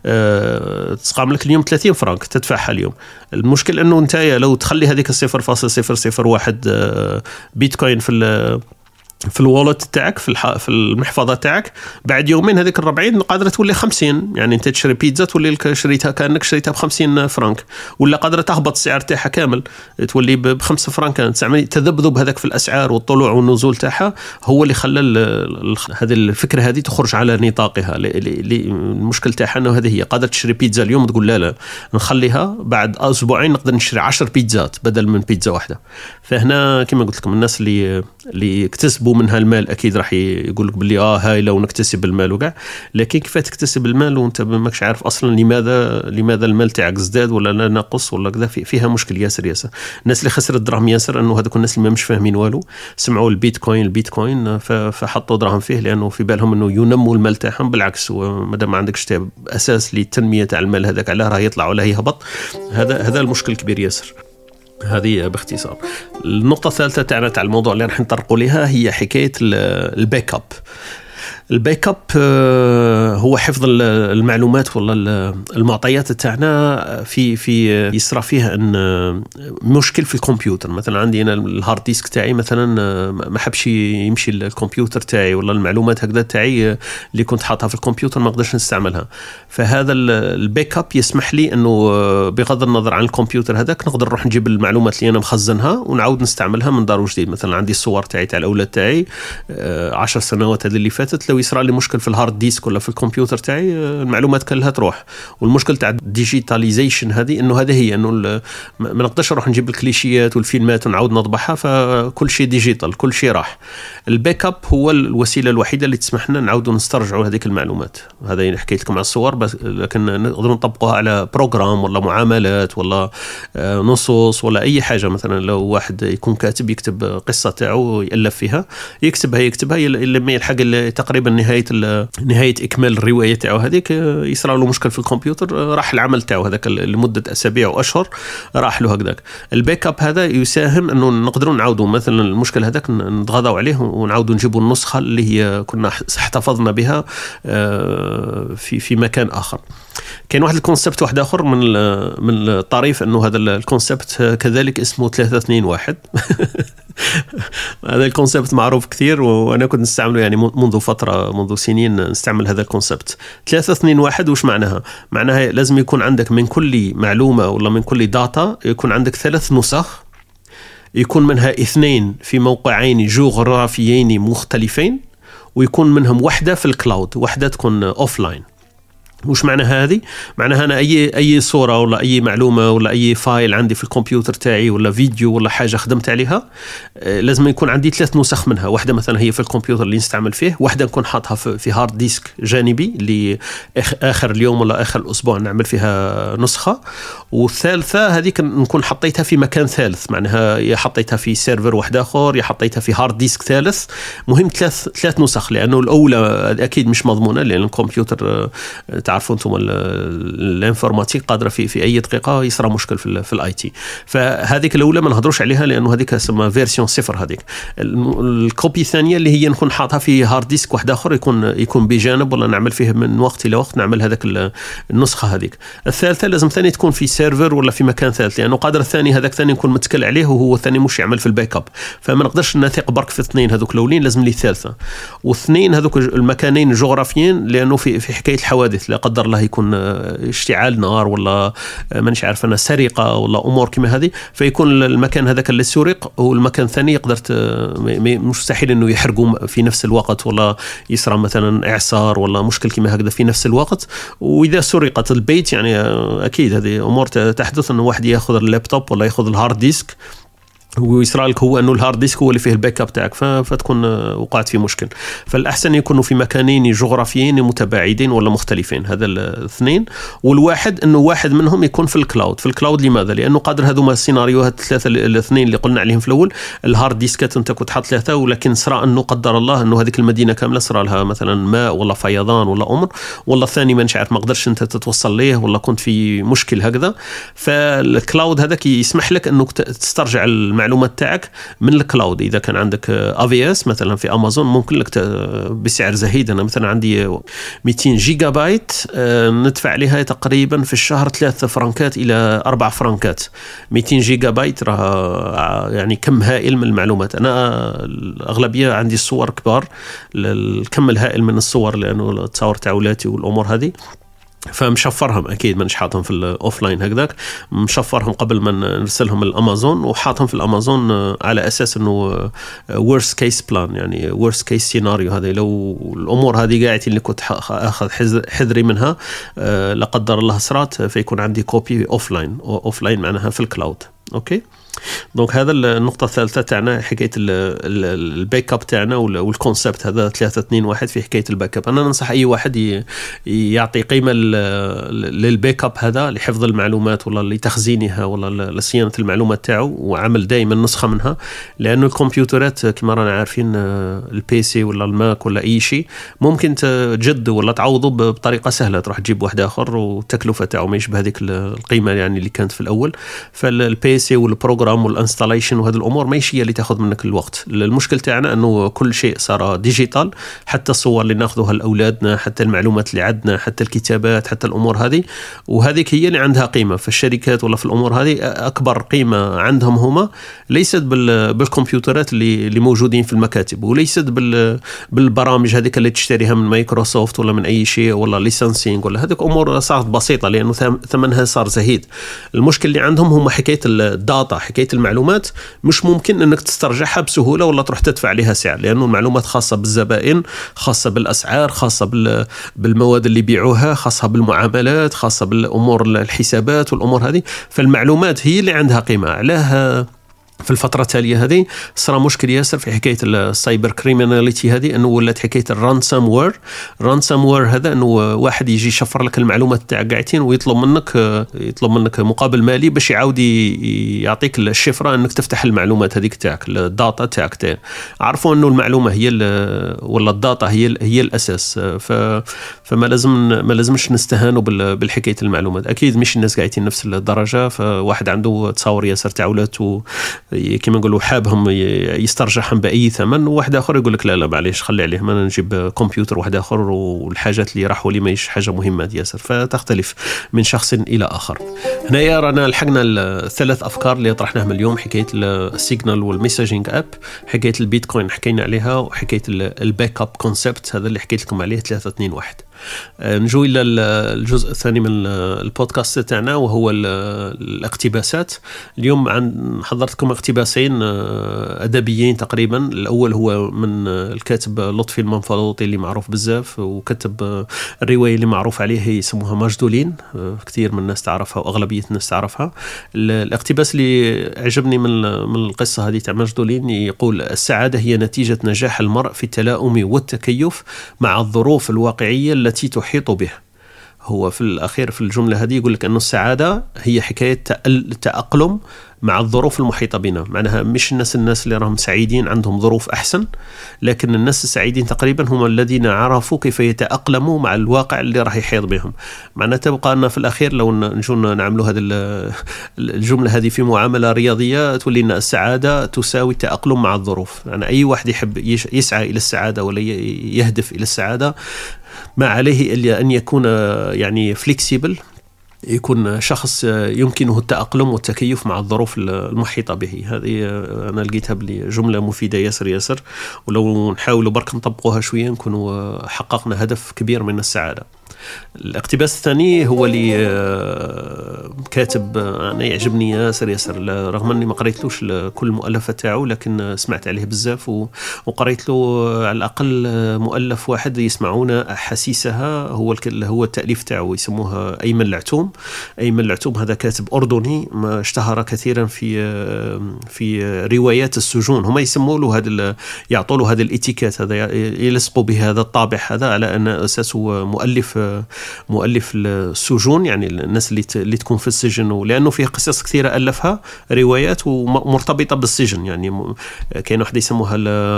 تسقام لك اليوم 30 فرنك تدفعها اليوم. المشكل أنه أنت لو تخلي هذيك 0.001 بيتكوين في الوالت تاعك في المحفظه تاعك، بعد يومين هذيك 40 قادره تولي 50، يعني انت تشري بيتزا تولي شريتها كانك شريتها ب50 فرنك، ولا قادره تهبط السعر تاعها كامل تولي ب5 فرنك. تعمل تذبذب هذاك في الاسعار والطلوع والنزول تاعها هو اللي خلى هذه الفكره هذه تخرج على نطاقها. المشكل تاعها انه هذه هي قادره تشري بيتزا اليوم تقول لا نخليها بعد اسبوعين نقدر نشري 10 بيتزات بدل من بيتزا واحده. فهنا كما قلت لكم الناس اللي اكتسبوا منها المال اكيد راح يقول لك باللي هاي لو نكتسب المال وكاع، لكن كيف تكتسب المال وانت ماكش عارف اصلا لماذا المال تاعك زداد ولا لا نقص ولا كذا. فيها مشكل ياسر. الناس اللي خسرت دراهم ياسر انه هذوك الناس اللي ما مش فاهمين والو، سمعوا البيتكوين فحطوا دراهم فيه لانه في بالهم انه ينموا المال تاعهم. بالعكس، ومادام ما عندكش اساس للتنميه تاع المال هذاك علاه راه يطلع ولا يهبط. هذا المشكل كبير ياسر. هذه باختصار. النقطة الثالثة تاع الموضوع اللي راح نطرقوا لها هي حكاية الباك اب. الباك اب هو حفظ المعلومات ولا المعطيات تاعنا في يصرى فيها ان مشكل في الكمبيوتر. مثلا عندي انا الهارد ديسك تاعي مثلا ما حبش يمشي الكمبيوتر تاعي ولا المعلومات هكذا تاعي اللي كنت حاطها في الكمبيوتر ما اقدرش نستعملها. فهذا الباك اب يسمح لي انه بغض النظر عن الكمبيوتر هذاك نقدر نروح نجيب المعلومات اللي انا مخزنها ونعاود نستعملها من دار وجديد. مثلا عندي الصور تاعي تاع الاولاد تاعي 10 سنوات هذه اللي فاتت، لو يصرى لي مشكل في الهارد ديسك ولا في الكمبيوتر تاعي المعلومات كلها تروح. والمشكل تاع الديجيتاليزيشن هذه انه هذه هي انه ما نقدرش نروح نجيب الكليشيات والفيلمات ونعاود نطبعها، فكل شيء ديجيتال، كل شيء راح. الباك اب هو الوسيله الوحيده اللي تسمح لنا نعاودوا نسترجعوا هذيك المعلومات. هذا اللي حكيت لكم على الصور بس، لكن نقدروا نطبقوها على بروجرام ولا معاملات ولا نصوص ولا اي حاجه. مثلا لو واحد يكون كاتب يكتب قصه تاعو يالف فيها يكتبها لما يلحق تقريبا نهايه اكمال الروايه تاعو هذيك يصرى له مشكل في الكمبيوتر، راح العمل تاعو هذاك لمده اسابيع واشهر راح له هكذاك. الباك اب هذا يساهم انه نقدروا نعاودوا مثلا المشكل هذاك نتغاضوا عليه ونعاودوا نجيبوا النسخه اللي هي كنا احتفظنا بها في مكان اخر. كاين واحد الكونسبت واحد اخر من الطريف انه هذا الكونسبت كذلك اسمه 3-2-1. هذا الكونسبت معروف كثير وانا كنت نستعمله يعني منذ سنين نستعمل هذا الكونسبت. 3-2-1 وش معناها؟ معناها لازم يكون عندك من كل معلومه ولا من كل داتا يكون عندك 3 نسخ، يكون منها 2 في موقعين جغرافيين مختلفين، ويكون منهم واحدة في الكلاود، واحدة تكون أوفلاين. وش معناها هذه؟ معناها أنا أي صورة ولا أي معلومة ولا أي فايل عندي في الكمبيوتر تاعي ولا فيديو ولا حاجة خدمت عليها، لازم يكون عندي 3 نسخ منها. واحدة مثلا هي في الكمبيوتر اللي نستعمل فيه، واحدة نكون حاطها في هارد ديسك جانبي اللي آخر اليوم ولا آخر الأسبوع نعمل فيها نسخة، والثالثة هذيك نكون حطيتها في مكان ثالث، معناها يا حطيتها في سيرفر واحد آخر يا حطيتها في هارد ديسك ثالث. مهم 3 نسخ، لأنه الأولى أكيد مش مضمونة، لأن الكمبيوتر تعرفوا انتم الانفورماتيك قادره في اي دقيقه يصرى مشكل في الاي تي. فهذيك الاولى ما نهضروش عليها لانه هذيك اسمها فيرسيون 0. هذيك الكوبي الثانيه اللي هي نكون حاطها في هارد ديسك واحد اخر يكون بجانب، ولا نعمل فيه من وقت الى وقت نعمل هذاك النسخه هذيك. الثالثه لازم ثاني تكون في سيرفر ولا في مكان ثالث، لانه قادر الثاني هذاك ثاني نكون متكل عليه وهو الثاني مش يعمل في الباك اب، فما نقدرش نثق برك في 2 هذوك الاولين، لازم لي الثالثه. واثنين هذوك المكانين جغرافيين، لانه في حكايه الحوادث لا قدر الله يكون اشتعال نار ولا مانيش عارف انا سرقه ولا امور كما هذه، فيكون المكان هذاك اللي سرق والمكان الثاني يقدر مستحيل انه يحرقوا في نفس الوقت، ولا يصرى مثلا اعصار ولا مشكل كما هكذا في نفس الوقت. واذا سرقت البيت يعني اكيد هذه امور تحدث، انه واحد ياخذ اللابتوب ولا ياخذ الهارد ديسك ويصرى لك هو انه الهارد ديسك هو اللي فيه الباك اب تاعك، فتكون وقعت في مشكل. فالاحسن يكونوا في مكانين جغرافيين متباعدين ولا مختلفين، هذا الاثنين. والواحد انه واحد منهم يكون في الكلاود. في الكلاود لماذا؟ لانه قادر هذوما السيناريوهات الثلاثه الاثنين اللي قلنا عليهم في الاول، الهارد ديسكات انت كنت حاط 3، ولكن صرا انه قدر الله انه هذيك المدينه كامله صرا لها مثلا ماء ولا فيضان ولا امر، ولا الثاني ما نعرف ما قدرش انت تتوصل ليه ولا كنت في مشكل هكذا. فالكلاود هذاك يسمح لك انك تسترجع المعلومات تاعك من الكلاود. اذا كان عندك AWS مثلا في امازون ممكن لك بسعر زهيد. انا مثلا عندي 200 جيجا بايت ندفع عليها تقريبا في الشهر 3 فرنكات الى 4 فرنكات. 200 جيجا بايت راه يعني كم هائل من المعلومات. انا الاغلبيه عندي الصور كبار، الكم الهائل من الصور، لانه التصاور تاع ولاتي والامور هذه، فمشفرهم اكيد مانيش حاطهم في الاوفلاين هكذاك، مشفرهم قبل ما نرسلهم الامازون، وحاطهم في الامازون على اساس انه worst case plan، يعني worst case scenario. هذه لو الامور هذه قاعدة اللي كنت اخذ حذري منها لا قدر الله صرات، فيكون عندي كوبي اوفلاين معناها في الكلاود. اوكي، دونك هذا النقطة الثالثة تاعنا حكاية الباك اب تاعنا والكونسبت هذا 3-2-1 في حكاية الباك اب. أنا ننصح أي واحد يعطي قيمة للباك اب هذا لحفظ المعلومات ولا لتخزينها ولا لصيانة المعلومات تاعو، وعمل دائما نسخة منها. لأنه الكمبيوترات كما رانا عارفين البي سي ولا الماك ولا أي شيء ممكن تجد ولا تعوضه بطريقة سهلة، تروح تجيب واحد آخر والتكلفة تاعو ما يشبه هذيك القيمة يعني اللي كانت في الأول. فالبي سي والبروجرام والانستاليشن وهذه الامور ماشي هي اللي تاخذ منك الوقت. المشكل تاعنا انه كل شيء صار ديجيتال، حتى الصور اللي ناخذوها لاولادنا، حتى المعلومات اللي عندنا، حتى الكتابات، حتى الامور هذه، وهذيك هي اللي عندها قيمه. في الشركات ولا في الامور هذه اكبر قيمه عندهم هما ليست بالكمبيوترات اللي موجودين في المكاتب، وليست بالبرامج هذيك اللي تشتريها من مايكروسوفت ولا من اي شيء ولا ليسانسينغ ولا هذيك امور صارت بسيطه لانه ثمنها صار زهيد. المشكل اللي عندهم هم حكايه الداتا، حكايه المعلومات مش ممكن انك تسترجعها بسهوله ولا تروح تدفع عليها سعر، لانه المعلومات خاصه بالزبائن، خاصه بالاسعار، خاصه بالمواد اللي يبيعوها، خاصه بالمعاملات، خاصه بالامور الحسابات والامور هذه. فالمعلومات هي اللي عندها قيمه. علاه في الفترة التالية هذه صار مشكل ياسر في حكاية السايبر كريميناليتي هذه، أنه ولات حكاية الرانسام وير هذا، أنه واحد يجي يشفر لك المعلومات تاعك قاعدين ويطلب منك مقابل مالي باش يعاود يعطيك الشفرة أنك تفتح المعلومات هذيك تاعك، الداتا تاعك. عرفوا أنه المعلومة هي ولا الداتا هي الأساس. فما لازمش نستهانوا بالحكاية المعلومات. أكيد مش الناس قاعدين نفس الدرجة، فواحد عنده تصور ياسر تعولاته كما نقولوا حابهم يسترجعهم بأي ثمن، وواحد آخر يقول لك لا معليش خلي عليه، ما نجيب كمبيوتر واحد آخر والحاجات اللي راحوا لي ماهيش حاجة مهمة ياسر. فتختلف من شخص إلى آخر. هنايا رانا لحقنا الثلاث أفكار اللي طرحناهم اليوم، حكاية السيجنال والميساجينج أب، حكاية البيتكوين حكينا عليها، وحكاية الباك أب كونسبت هذا اللي حكيت لكم عليه 3-2-1. نجو إلى الجزء الثاني من البودكاست تاعنا وهو الاقتباسات. اليوم حضرتكم اقتباسين أدبيين تقريبا. الأول هو من الكاتب لطفي المنفلوطي اللي معروف بزاف وكتب الرواية اللي معروف عليه يسموها مجدولين، كثير من الناس تعرفها وأغلبية الناس تعرفها. الاقتباس اللي عجبني من القصة هذه تاع مجدولين يقول: السعادة هي نتيجة نجاح المرء في التلاؤم والتكيف مع الظروف الواقعية التي تحيط به. هو في الأخير في الجملة هذه يقول لك أنه السعادة هي حكاية التأقلم مع الظروف المحيطة بنا. معناها مش الناس اللي راهم سعيدين عندهم ظروف أحسن، لكن الناس السعيدين تقريبا هم الذين عرفوا كيف يتأقلموا مع الواقع اللي راح يحيط بهم. معناها تبقى أن في الأخير لو نجون نعملوا هذه الجملة هذه في معاملة رياضية تولي أن السعادة تساوي التأقلم مع الظروف. يعني أي واحد يحب يسعى إلى السعادة ولا يهدف إلى السعادة ما عليه إلا أن يكون يعني فليكسيبل، يكون شخص يمكنه التأقلم والتكيف مع الظروف المحيطة به. هذه أنا لقيتها جملة مفيدة ياسر، ولو نحاولوا برك نطبقوها شوية نكونوا حققنا هدف كبير من السعادة. الاقتباس الثاني هو اللي كاتب أنا يعجبني ياسر رغم أني ما قريتلوش كل المؤلفات تاعو، لكن سمعت عليه بزاف وقريت له على الأقل مؤلف واحد يسمعون أحاسيسها. هو التأليف تاعو يسموها أيمن العتوم. هذا كاتب أردني ما اشتهر كثيرا في روايات السجون. هم يسموا له يعطوا له هذا الاتيكيت، هذا يلصقوا به هذا الطابع هذا على أن أساسه مؤلف السجون، يعني الناس اللي تكون في السجن، ولأنه فيه قصص كثيرة ألفها روايات ومرتبطة بالسجن. يعني كاين واحدة يسموها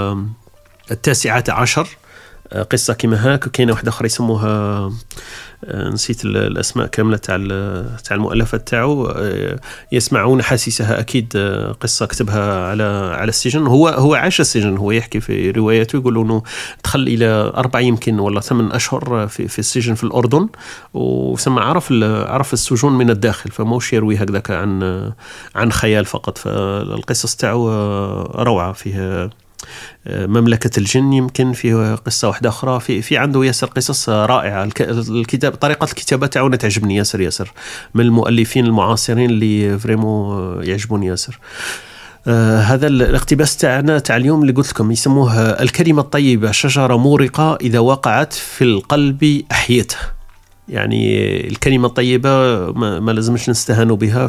19 قصة كما هاك، وكاين واحدة أخرى يسموها نسيت الأسماء كاملة تاع المؤلفات تاعو. يسمعون حاسسها أكيد قصة كتبها على السجن. هو عاش السجن. هو يحكي في رواياته يقول إنه دخل إلى 4 يمكن ولا 8 أشهر في السجن في الأردن، وسمع عرف السجون من الداخل، فموش يروي هكذاك عن خيال فقط. فالقصص تاعو روعة. فيها مملكة الجن، يمكن فيه قصة واحدة أخرى، في عنده ياسر قصص رائعة. الكتاب طريقة الكتابة تاعونه تعجبني ياسر من المؤلفين المعاصرين اللي فريمو يعجبوني ياسر. هذا الاقتباس تاعنا تاع اليوم اللي قلت لكم يسموه الكلمة الطيبة شجرة مورقة إذا وقعت في القلب أحيته. يعني الكلمة الطيبة ما لازمش نستهانوا بها،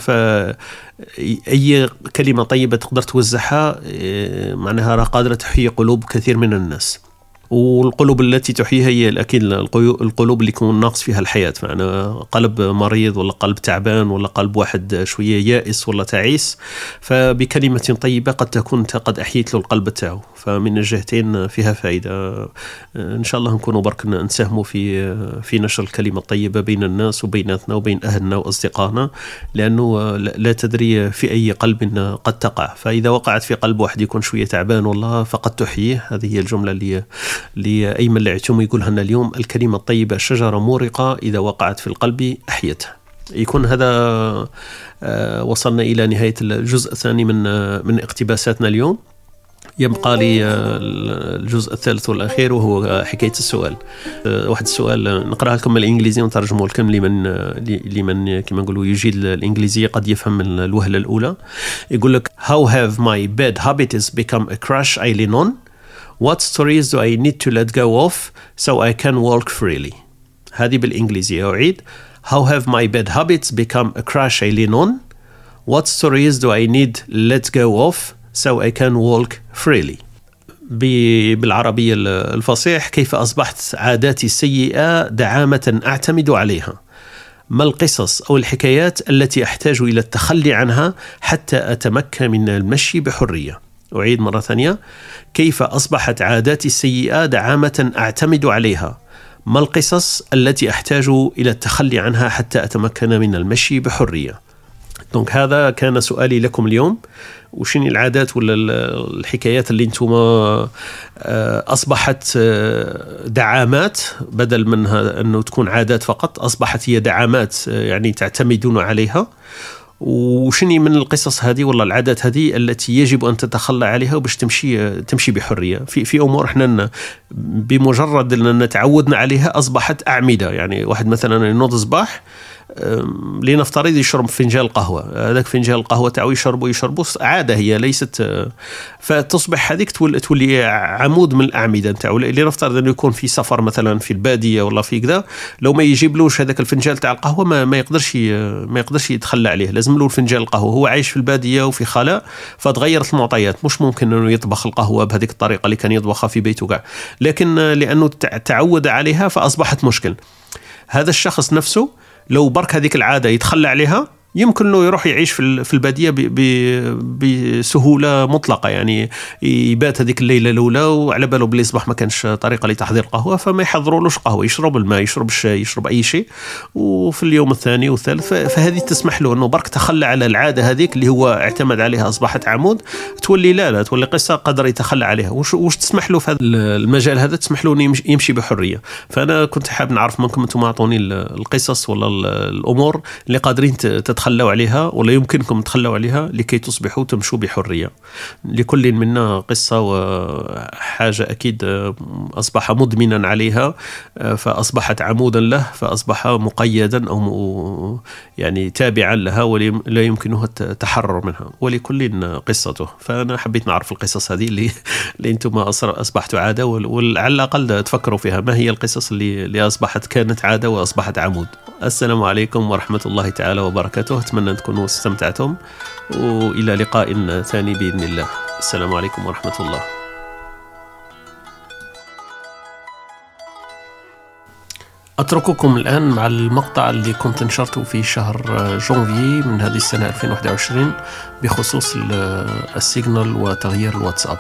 فأي كلمة طيبة تقدر توزعها معناها راه قادرة تحيي قلوب كثير من الناس. والقلوب التي تحييها هي أكيد القلوب اللي يكون ناقص فيها الحياة، معنا قلب مريض ولا قلب تعبان ولا قلب واحد شوية يائس ولا تعيس، فبكلمة طيبة قد تكون قد أحييت له القلب تاعه. فمن الجهتين فيها فائدة. إن شاء الله نكونوا برك نساهموا في نشر الكلمة الطيبة بين الناس وبيناتنا وبين أهلنا وأصدقائنا، لأنه لا تدري في أي قلب قد تقع. فإذا وقعت في قلب واحد يكون شوية تعبان والله فقد تحييه. هذه هي الجملة اللي أيمن العتوم يقولها لنا اليوم: الكلمة الطيبة شجرة مورقة إذا وقعت في القلب أحيتها. يكون هذا وصلنا إلى نهاية الجزء الثاني من اقتباساتنا اليوم. يبقى لي الجزء الثالث والأخير وهو حكاية السؤال. واحد السؤال نقرأها لكم بالإنجليزية ونترجمه لكم لمن كما نقولوا يجيد الإنجليزية قد يفهم من الوهلة الأولى. يقول لك: How have my bad habits become a crush I lean on? What stories do I need to let go of so I can walk freely? هذه بالإنجليزية. أعيد: How have my bad habits become a crush I lean on? What stories do I need let go of so I can walk freely? بالعربية الفصيح: كيف أصبحت عاداتي السيئة دعامة أعتمد عليها؟ ما القصص أو الحكايات التي أحتاج إلى التخلي عنها حتى أتمكن من المشي بحرية؟ أعيد مرة ثانية: كيف أصبحت عاداتي السيئة دعامة أعتمد عليها؟ ما القصص التي أحتاج إلى التخلي عنها حتى أتمكن من المشي بحرية؟ دونك هذا كان سؤالي لكم اليوم. وشني العادات ولا الحكايات اللي انتم أصبحت دعامات بدل منها أنه تكون عادات فقط، أصبحت هي دعامات يعني تعتمدون عليها؟ وشني من القصص هذه ولا العادات هذه التي يجب أن تتخلى عليها باش تمشي بحرية في أمور احنا بمجرد أن تعودنا عليها أصبحت أعمدة. يعني واحد مثلا ينوض صباح لنفترض يشرب فنجان قهوة، هذاك فنجان القهوة تاعو يشربوا عادة هي ليست، فتصبح هذيك تولي عمود من الأعمدة نتاعو. لنفترض أنه يكون في سفر مثلا في البادية ولا في كذا، لو ما يجيبلوش هذاك الفنجان تاع القهوة ما يقدرش يتخلى عليه، لازم له الفنجان القهوة. هو عايش في البادية وفي خلاء، فتغيرت المعطيات، مش ممكن أنه يطبخ القهوة بهذيك الطريقة اللي كان يطبخها في بيته كاع، لكن لأنه تعود عليها فأصبحت مشكل. هذا الشخص نفسه لو برك هذيك العادة يتخلى عليها يمكن له يروح يعيش في البادية بسهولة مطلقة. يعني يبات هذيك الليلة الأولى وعلى باله باللي صباح ما كانش طريقة لتحضير القهوة، فما يحضرولوش قهوة، يشرب الماء، يشرب الشاي، يشرب أي شيء. وفي اليوم الثاني والثالث فهذه تسمح له أنه برك تخلى على العادة هذيك اللي هو اعتمد عليها، أصبحت عمود، تولي قصة قدر يتخلى عليها. وش تسمح له في هذا المجال هذا؟ تسمح له أنه يمشي بحرية. فأنا كنت حاب نعرف منكم أنتم أعطوني القصص ولا الأمور اللي قادرين تتخلوا عليها ولا يمكنكم تتخلوا عليها لكي تصبحوا تمشوا بحرية. لكل منا قصة وحاجة أكيد أصبح مدمنا عليها، فأصبحت عمودا له، فأصبح مقيدا أو يعني تابعا لها ولا يمكنه التحرر منها. ولكل قصته. فأنا حبيت نعرف القصص هذه اللي أنتم أصبحتوا عادة، وعلى الأقل تفكروا فيها ما هي القصص اللي كانت عادة وأصبحت عمود. السلام عليكم ورحمة الله تعالى وبركاته. أتمنى أن تكونوا استمتعتم، وإلى لقاء ثاني بإذن الله. السلام عليكم ورحمة الله. أترككم الآن مع المقطع اللي كنت نشرته في شهر جونفي من هذه السنة 2021 بخصوص السيجنال وتغيير الواتساب.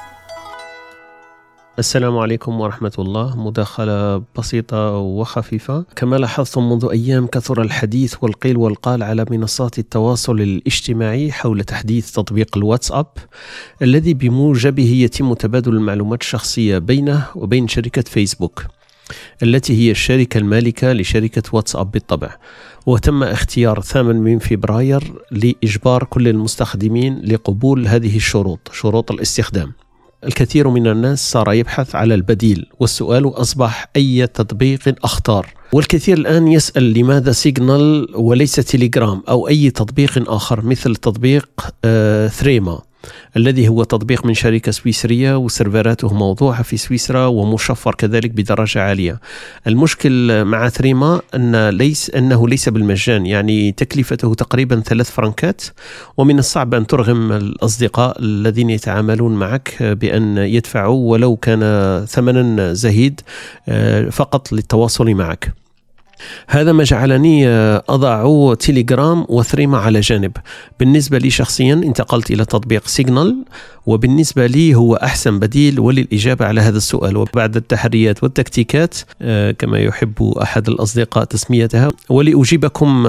السلام عليكم ورحمة الله. مداخلة بسيطة وخفيفة. كما لاحظتم منذ أيام كثر الحديث والقيل والقال على منصات التواصل الاجتماعي حول تحديث تطبيق الواتساب الذي بموجبه يتم تبادل المعلومات الشخصية بينه وبين شركة فيسبوك التي هي الشركة المالكة لشركة واتساب بالطبع. وتم اختيار 8 فبراير لإجبار كل المستخدمين لقبول هذه الشروط، شروط الاستخدام. الكثير من الناس صار يبحث على البديل، والسؤال أصبح أي تطبيق أختار. والكثير الآن يسأل لماذا سيجنال وليس تيليجرام أو أي تطبيق آخر مثل تطبيق ثريما الذي هو تطبيق من شركة سويسرية وسيرفراته موضوعة في ومشفر كذلك بدرجة عالية. المشكل مع ثريما أنه ليس بالمجان، يعني تكلفته تقريبا 3 فرنكات، ومن الصعب أن ترغم الأصدقاء الذين يتعاملون معك بأن يدفعوا ولو كان ثمنا زهيد فقط للتواصل معك. هذا ما جعلني أضع تيليجرام وثريما على جانب. بالنسبة لي شخصيا انتقلت إلى تطبيق سيجنال، وبالنسبة لي هو أحسن بديل وللإجابة على هذا السؤال. وبعد التحريات والتكتيكات كما يحب أحد الأصدقاء تسميتها، ولأجيبكم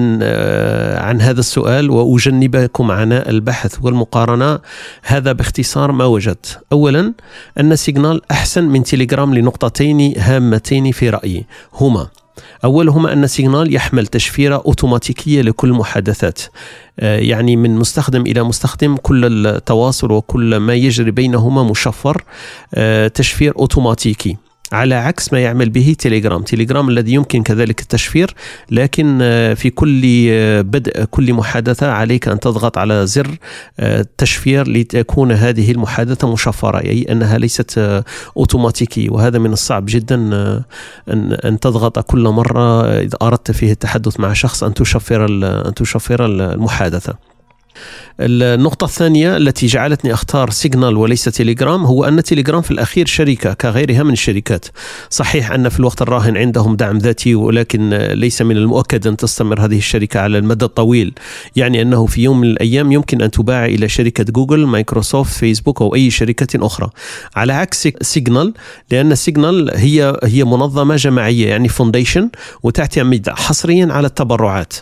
عن هذا السؤال وأجنبكم عناء البحث والمقارنة، هذا باختصار ما وجدت. أولا، أن سيجنال أحسن من تيليجرام لنقطتين هامتين في رأيي، هما: أولهما أن سيجنال يحمل تشفيرة أوتوماتيكية لكل المحادثات، يعني من مستخدم إلى مستخدم كل التواصل وكل ما يجري بينهما مشفر، تشفير أوتوماتيكي، على عكس ما يعمل به تيليجرام الذي يمكن كذلك التشفير، لكن في كل بدء كل محادثة عليك أن تضغط على زر تشفير لتكون هذه المحادثة مشفرة، أي أنها ليست أوتوماتيكي. وهذا من الصعب جدا أن تضغط كل مرة إذا أردت فيه التحدث مع شخص أن تشفر المحادثة. النقطة الثانية التي جعلتني أختار سيجنال وليس تيليجرام هو أن تيليجرام في الأخير شركة كغيرها من الشركات. صحيح أن في الوقت الراهن عندهم دعم ذاتي، ولكن ليس من المؤكد أن تستمر هذه الشركة على المدى الطويل، يعني أنه في يوم من الأيام يمكن أن تباع إلى شركة جوجل، مايكروسوفت، فيسبوك أو أي شركة أخرى، على عكس سيجنال، لأن سيجنال هي منظمة جماعية، يعني فونديشن، وتعتمد حصريا على التبرعات.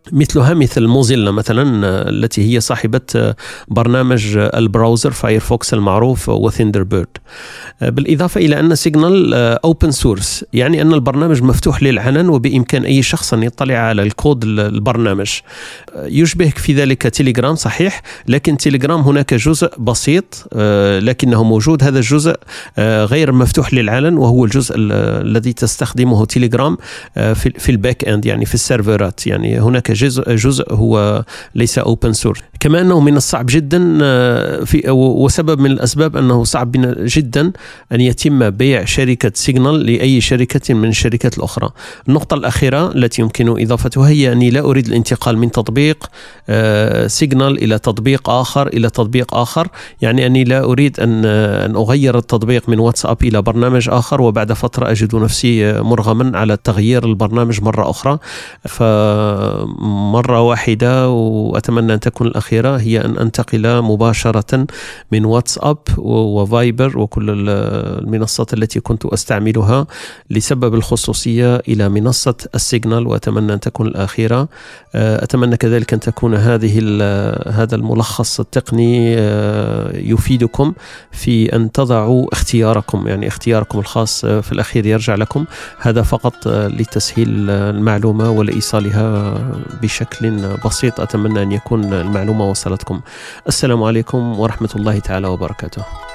مثلها مثل موزيلا مثلا التي هي صاحبة برنامج البراوزر فايرفوكس المعروف وثندربيرد. بالإضافة إلى أن سيجنال أوبن سورس، يعني أن البرنامج مفتوح للعلن وبإمكان أي شخص أن يطلع على الكود البرنامج. يشبه في ذلك تيليجرام صحيح، لكن تيليجرام هناك جزء بسيط لكنه موجود، هذا الجزء غير مفتوح للعلن، وهو الجزء الذي تستخدمه تيليجرام في الباك اند، يعني في السيرفرات. يعني هناك جزء هو ليس اوبن سورس. كما انه من الصعب جدا وسبب من الاسباب انه صعب جدا ان يتم بيع شركه سيجنال لاي شركه من الشركات الاخرى. النقطه الاخيره التي يمكن اضافتها هي اني لا اريد الانتقال من تطبيق سيجنال الى تطبيق اخر الى تطبيق اخر، يعني اني لا اريد ان اغير التطبيق من واتساب الى برنامج اخر وبعد فتره اجد نفسي مرغما على تغيير البرنامج مره اخرى. فمره واحده، واتمنى ان تكون الاخيره، هي ان انتقل مباشره من واتساب وفايبر وكل المنصات التي كنت استعملها لسبب الخصوصيه الى منصه السيجنال، واتمنى ان تكون الاخيره. اتمنى كذلك ان تكون هذا الملخص التقني يفيدكم في ان تضعوا اختياركم، يعني اختياركم الخاص في الاخير يرجع لكم. هذا فقط لتسهيل المعلومه ولإيصالها بشكل بسيط. أتمنى أن يكون المعلومة وصلتكم. السلام عليكم ورحمة الله تعالى وبركاته.